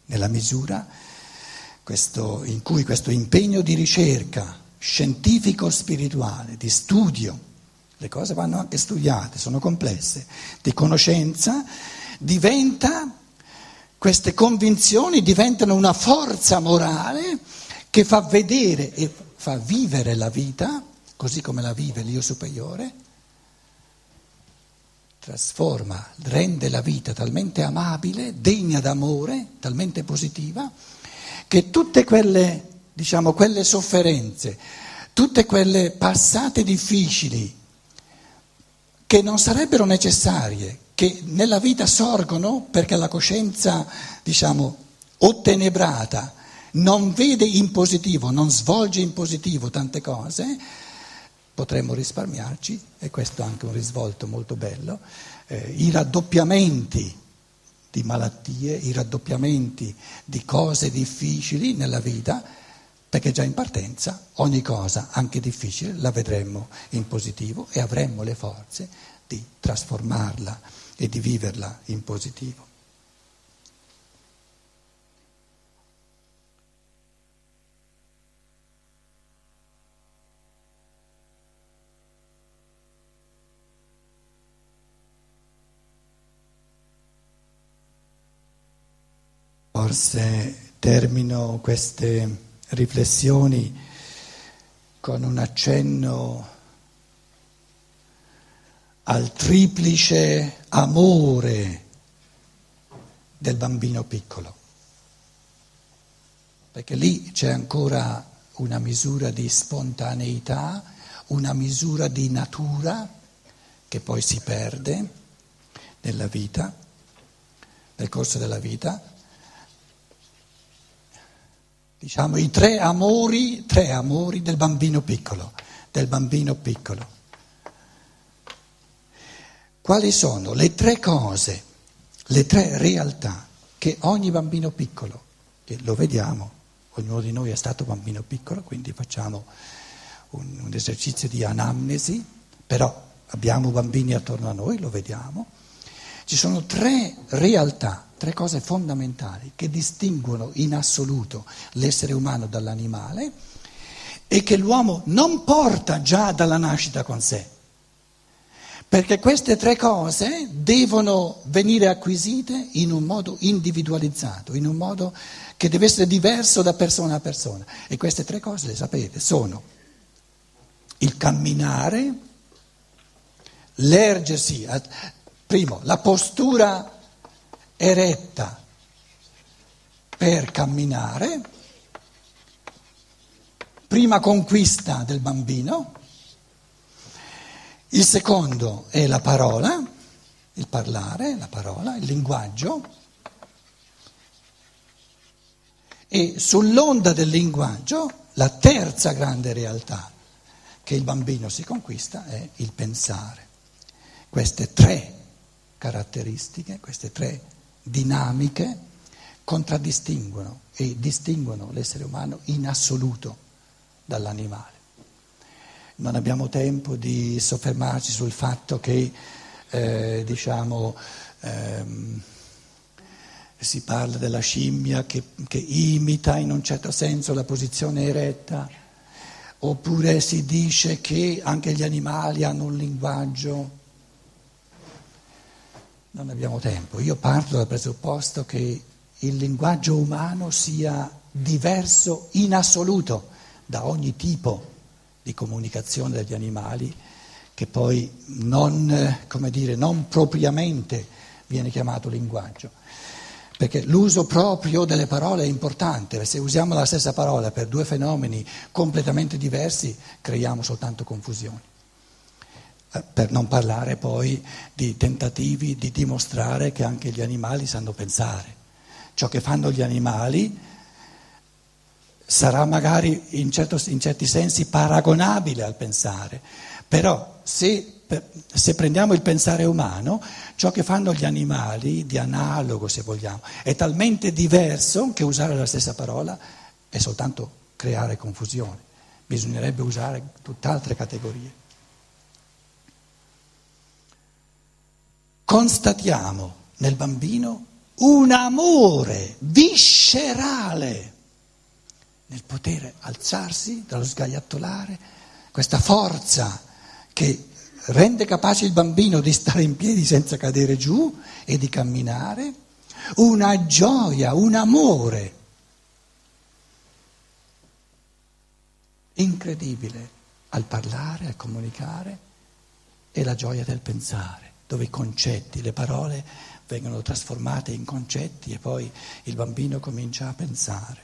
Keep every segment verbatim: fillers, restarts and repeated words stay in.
nella misura questo, in cui questo impegno di ricerca scientifico-spirituale, di studio, le cose vanno anche studiate, sono complesse, di conoscenza, diventa, queste convinzioni diventano una forza morale che fa vedere e fa vivere la vita, così come la vive l'Io superiore, trasforma, rende la vita talmente amabile, degna d'amore, talmente positiva, che tutte quelle, diciamo, quelle sofferenze, tutte quelle passate difficili che non sarebbero necessarie, che nella vita sorgono perché la coscienza, diciamo, ottenebrata non vede in positivo, non svolge in positivo tante cose, potremmo risparmiarci, e questo è anche un risvolto molto bello, eh, i raddoppiamenti di malattie, i raddoppiamenti di cose difficili nella vita, perché già in partenza ogni cosa, anche difficile, la vedremmo in positivo e avremmo le forze di trasformarla e di viverla in positivo. Forse termino queste riflessioni con un accenno al triplice amore del bambino piccolo, perché lì c'è ancora una misura di spontaneità, una misura di natura che poi si perde nella vita, nel corso della vita. Diciamo i tre amori, tre amori del bambino piccolo, del bambino piccolo. Quali sono le tre cose, le tre realtà che ogni bambino piccolo, che lo vediamo, ognuno di noi è stato bambino piccolo, quindi facciamo un, un esercizio di anamnesi, però abbiamo bambini attorno a noi, lo vediamo. Ci sono tre realtà, tre cose fondamentali che distinguono in assoluto l'essere umano dall'animale e che l'uomo non porta già dalla nascita con sé. Perché queste tre cose devono venire acquisite in un modo individualizzato, in un modo che deve essere diverso da persona a persona. E queste tre cose, le sapete, sono il camminare, l'ergersi, primo, la postura eretta per camminare, prima conquista del bambino. Il secondo è la parola, il parlare, la parola, il linguaggio, e sull'onda del linguaggio la terza grande realtà che il bambino si conquista è il pensare. Queste tre caratteristiche, queste tre dinamiche contraddistinguono e distinguono l'essere umano in assoluto dall'animale. Non abbiamo tempo di soffermarci sul fatto che, eh, diciamo, ehm, si parla della scimmia che, che imita in un certo senso la posizione eretta, oppure si dice che anche gli animali hanno un linguaggio. Non abbiamo tempo. Io parto dal presupposto che il linguaggio umano sia diverso in assoluto da ogni tipo di comunicazione degli animali, che poi non, come dire, non propriamente viene chiamato linguaggio. Perché l'uso proprio delle parole è importante, se usiamo la stessa parola per due fenomeni completamente diversi creiamo soltanto confusioni. Per non parlare poi di tentativi di dimostrare che anche gli animali sanno pensare. Ciò che fanno gli animali sarà magari in, certo, in certi sensi paragonabile al pensare, però se, se prendiamo il pensare umano, ciò che fanno gli animali, di analogo se vogliamo, è talmente diverso che usare la stessa parola è soltanto creare confusione, bisognerebbe usare tutt'altre categorie. Constatiamo nel bambino un amore viscerale nel poter alzarsi dallo sgagliattolare, questa forza che rende capace il bambino di stare in piedi senza cadere giù e di camminare, una gioia, un amore incredibile al parlare, al comunicare, e la gioia del pensare, dove i concetti, le parole vengono trasformate in concetti e poi il bambino comincia a pensare.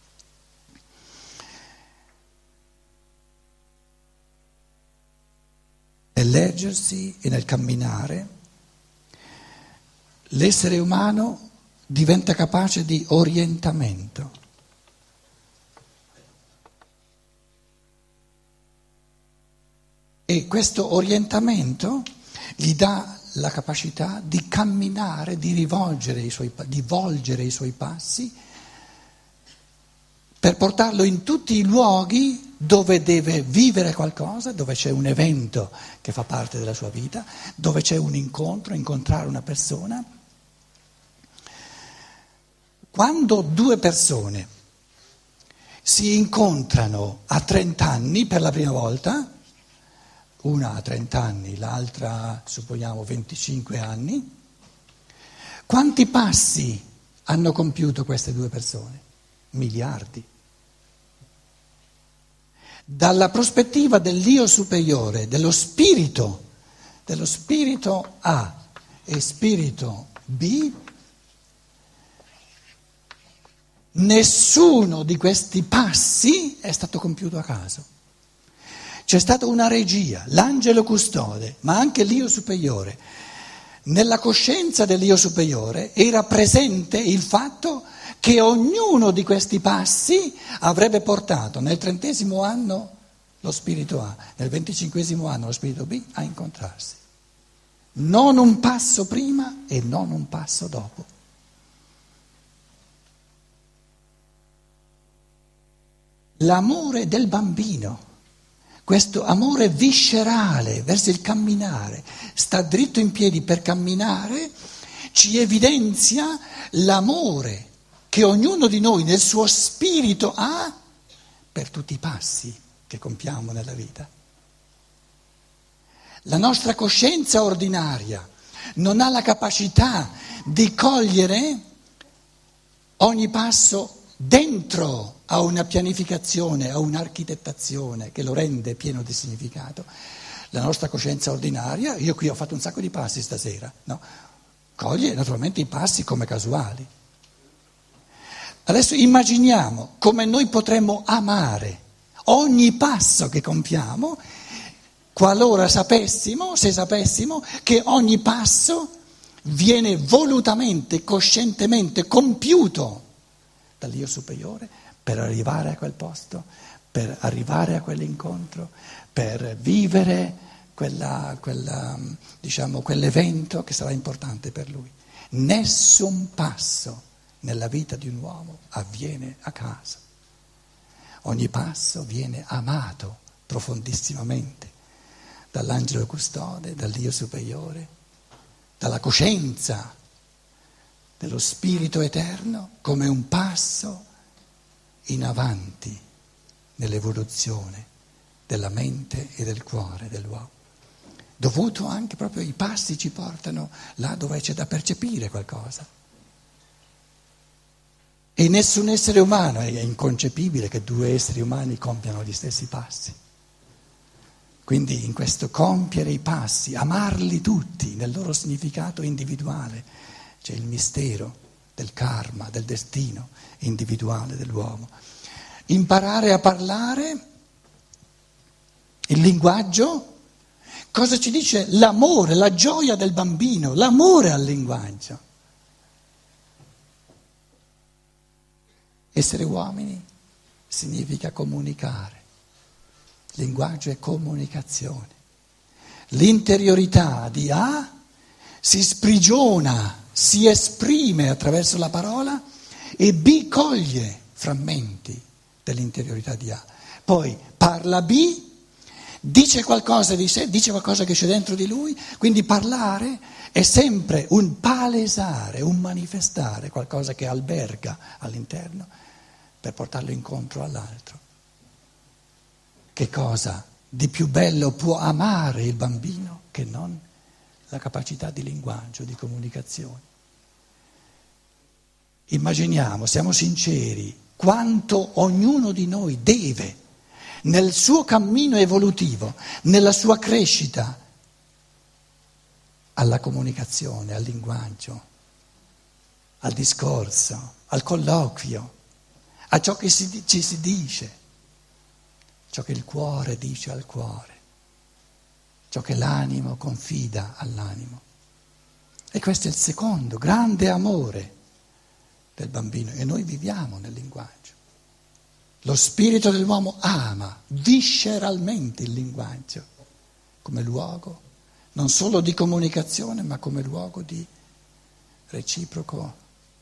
Nel leggersi e nel camminare, l'essere umano diventa capace di orientamento. E questo orientamento gli dà la capacità di camminare, di rivolgere i suoi, di volgere i suoi passi per portarlo in tutti i luoghi dove deve vivere qualcosa, dove c'è un evento che fa parte della sua vita, dove c'è un incontro, incontrare una persona. Quando due persone si incontrano a trenta anni per la prima volta, una a trenta anni, l'altra supponiamo venticinque anni, quanti passi hanno compiuto queste due persone? Miliardi. Dalla prospettiva dell'io superiore, dello spirito, dello spirito A e spirito B, nessuno di questi passi è stato compiuto a caso. C'è stata una regia, l'angelo custode, ma anche l'io superiore. Nella coscienza dell'io superiore era presente il fatto che ognuno di questi passi avrebbe portato nel trentesimo anno lo spirito A, nel venticinquesimo anno lo spirito B a incontrarsi. Non un passo prima e non un passo dopo. L'amore del bambino, questo amore viscerale verso il camminare, sta dritto in piedi per camminare, ci evidenzia l'amore che ognuno di noi nel suo spirito ha per tutti i passi che compiamo nella vita. La nostra coscienza ordinaria non ha la capacità di cogliere ogni passo dentro a una pianificazione, a un'architettazione che lo rende pieno di significato. La nostra coscienza ordinaria, io qui ho fatto un sacco di passi stasera, no? Coglie naturalmente i passi come casuali. Adesso immaginiamo come noi potremmo amare ogni passo che compiamo, qualora sapessimo, se sapessimo, che ogni passo viene volutamente, coscientemente compiuto dall'io superiore per arrivare a quel posto, per arrivare a quell'incontro, per vivere quella, quella, diciamo, quell'evento che sarà importante per lui. Nessun passo nella vita di un uomo avviene a caso. Ogni passo viene amato profondissimamente dall'angelo custode, dall'io superiore, dalla coscienza dello spirito eterno come un passo in avanti nell'evoluzione della mente e del cuore dell'uomo. Dovuto anche proprio i passi ci portano là dove c'è da percepire qualcosa. E nessun essere umano, è inconcepibile che due esseri umani compiano gli stessi passi. Quindi in questo compiere i passi, amarli tutti nel loro significato individuale, c'è il mistero del karma, del destino individuale dell'uomo. Imparare a parlare il linguaggio, cosa ci dice l'amore, la gioia del bambino, l'amore al linguaggio. Essere uomini significa comunicare, il linguaggio è comunicazione. L'interiorità di A si sprigiona, si esprime attraverso la parola e B coglie frammenti dell'interiorità di A. Poi parla B, dice qualcosa di sé, dice qualcosa che c'è dentro di lui, quindi parlare è sempre un palesare, un manifestare qualcosa che alberga all'interno per portarlo incontro all'altro. Che cosa di più bello può amare il bambino che non la capacità di linguaggio, di comunicazione? Immaginiamo, siamo sinceri, quanto ognuno di noi deve nel suo cammino evolutivo, nella sua crescita, alla comunicazione, al linguaggio, al discorso, al colloquio, a ciò che si, ci si dice, ciò che il cuore dice al cuore, ciò che l'animo confida all'animo. E questo è il secondo grande amore del bambino, e noi viviamo nel linguaggio. Lo spirito dell'uomo ama visceralmente il linguaggio come luogo non solo di comunicazione, ma come luogo di reciproco,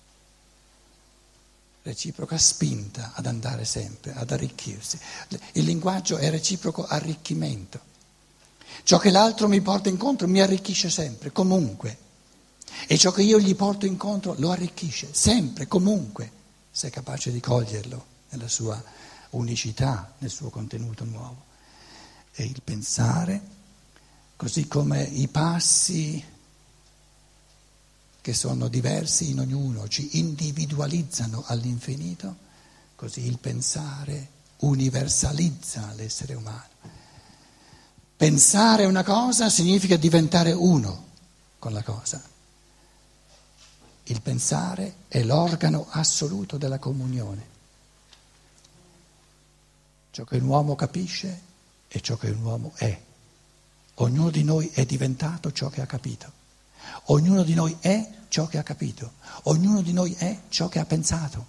reciproca spinta ad andare sempre, ad arricchirsi. Il linguaggio è reciproco arricchimento. Ciò che l'altro mi porta incontro mi arricchisce sempre, comunque. E ciò che io gli porto incontro lo arricchisce sempre, comunque, se è capace di coglierlo nella sua unicità, nel suo contenuto nuovo. E il pensare, così come i passi che sono diversi in ognuno, ci individualizzano all'infinito, così il pensare universalizza l'essere umano. Pensare una cosa significa diventare uno con la cosa. Il pensare è l'organo assoluto della comunione. Ciò che un uomo capisce è ciò che un uomo è. Ognuno di noi è diventato ciò che ha capito. Ognuno di noi è ciò che ha capito. Ognuno di noi è ciò che ha pensato.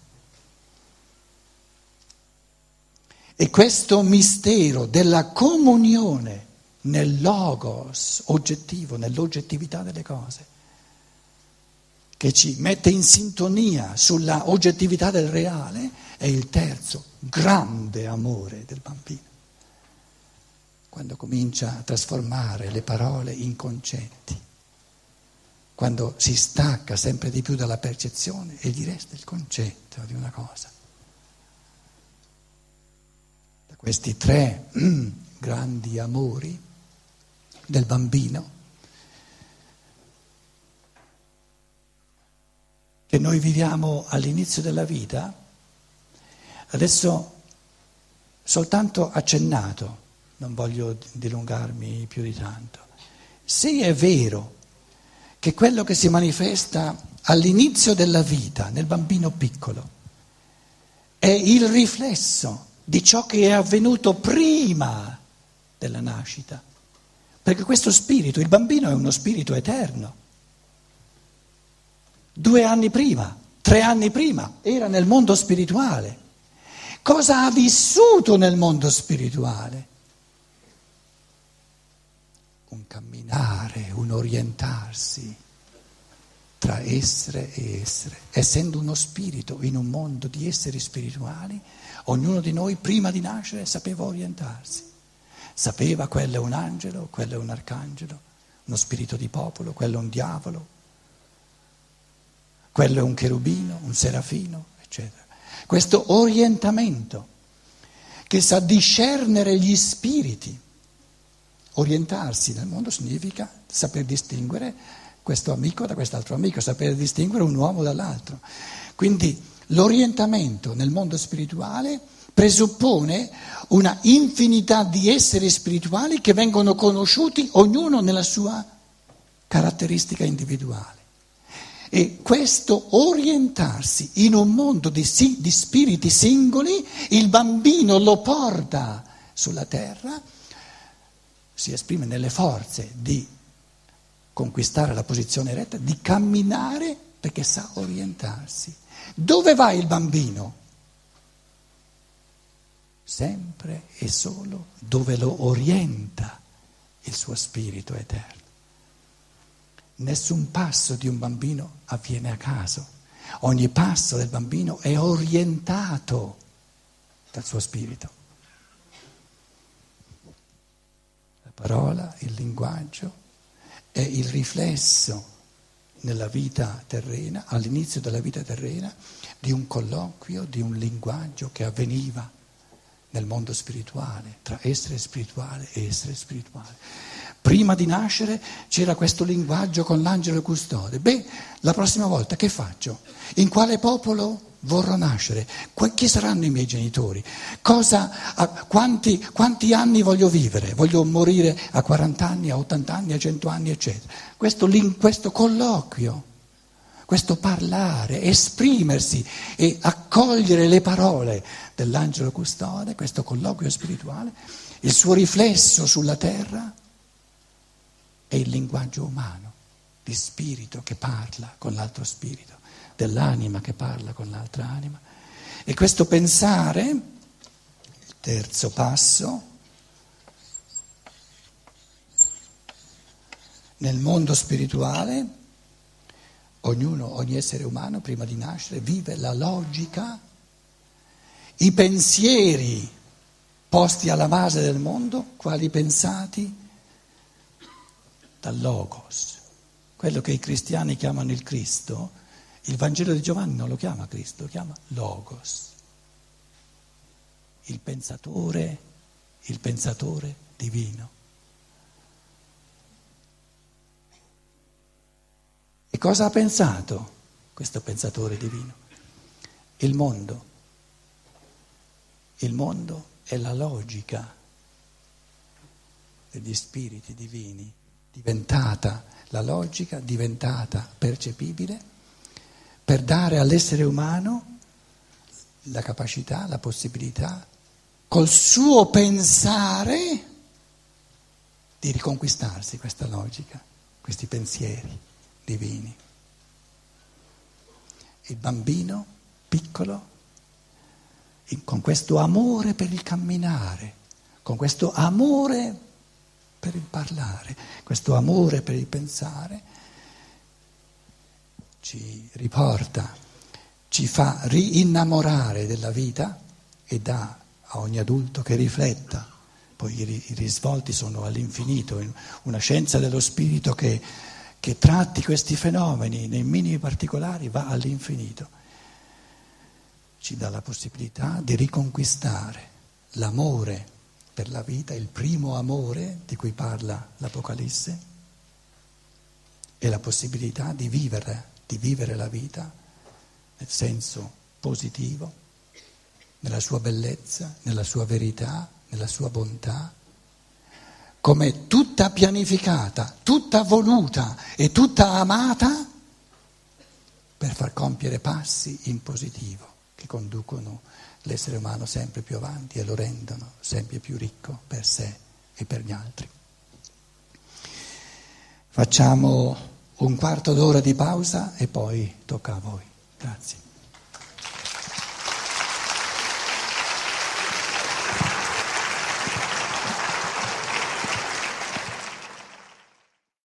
E questo mistero della comunione nel logos oggettivo, nell'oggettività delle cose, che ci mette in sintonia sulla oggettività del reale, è il terzo grande amore del bambino. Quando comincia a trasformare le parole in concetti, quando si stacca sempre di più dalla percezione e gli resta il concetto di una cosa. Da questi tre mm, grandi amori del bambino, che noi viviamo all'inizio della vita, adesso soltanto accennato, non voglio dilungarmi più di tanto. Sì, è vero che quello che si manifesta all'inizio della vita, nel bambino piccolo, è il riflesso di ciò che è avvenuto prima della nascita, perché questo spirito, il bambino è uno spirito eterno. Due anni prima, tre anni prima, era nel mondo spirituale. Cosa ha vissuto nel mondo spirituale? Un camminare, un orientarsi tra essere e essere. Essendo uno spirito in un mondo di esseri spirituali, ognuno di noi prima di nascere sapeva orientarsi. Sapeva quello è un angelo, quello è un arcangelo, uno spirito di popolo, quello è un diavolo, quello è un cherubino, un serafino, eccetera. Questo orientamento che sa discernere gli spiriti. Orientarsi nel mondo significa saper distinguere questo amico da quest'altro amico, saper distinguere un uomo dall'altro. Quindi l'orientamento nel mondo spirituale presuppone una infinità di esseri spirituali che vengono conosciuti ognuno nella sua caratteristica individuale. E questo orientarsi in un mondo di, di spiriti singoli, il bambino lo porta sulla terra, si esprime nelle forze di conquistare la posizione retta, di camminare perché sa orientarsi. Dove va il bambino? Sempre e solo dove lo orienta il suo spirito eterno. Nessun passo di un bambino avviene a caso, ogni passo del bambino è orientato dal suo spirito. parola, il linguaggio, è il riflesso nella vita terrena, all'inizio della vita terrena, di un colloquio, di un linguaggio che avveniva nel mondo spirituale, tra essere spirituale e essere spirituale. Prima di nascere c'era questo linguaggio con l'angelo custode. Beh, la prossima volta che faccio? In quale popolo vorrò nascere? Chi saranno i miei genitori? Cosa, a, quanti, quanti anni voglio vivere? Voglio morire a quaranta anni, a ottanta anni, a cento anni, eccetera. Questo, questo colloquio, questo parlare, esprimersi e accogliere le parole dell'angelo custode, questo colloquio spirituale, il suo riflesso sulla terra è il linguaggio umano, di spirito che parla con l'altro spirito, dell'anima che parla con l'altra anima. E questo pensare, il terzo passo, nel mondo spirituale, ognuno, ogni essere umano prima di nascere vive la logica, i pensieri posti alla base del mondo, quali pensati dal Logos, quello che i cristiani chiamano il Cristo. Il Vangelo di Giovanni non lo chiama Cristo, lo chiama Logos, il pensatore, il pensatore divino. E cosa ha pensato questo pensatore divino? Il mondo. Il mondo è la logica degli spiriti divini, diventata la logica, diventata percepibile, per dare all'essere umano la capacità, la possibilità, col suo pensare, di riconquistarsi questa logica, questi pensieri divini. Il bambino piccolo, con questo amore per il camminare, con questo amore per il parlare, questo amore per il pensare, ci riporta, ci fa rinnamorare della vita e dà a ogni adulto che rifletta. Poi i risvolti sono all'infinito, una scienza dello spirito che, che tratti questi fenomeni nei minimi particolari va all'infinito. Ci dà la possibilità di riconquistare l'amore per la vita, il primo amore di cui parla l'Apocalisse, e la possibilità di vivere, di vivere la vita nel senso positivo, nella sua bellezza, nella sua verità, nella sua bontà, come tutta pianificata, tutta voluta e tutta amata per far compiere passi in positivo che conducono l'essere umano sempre più avanti e lo rendono sempre più ricco per sé e per gli altri. Facciamo un quarto d'ora di pausa e poi tocca a voi. Grazie.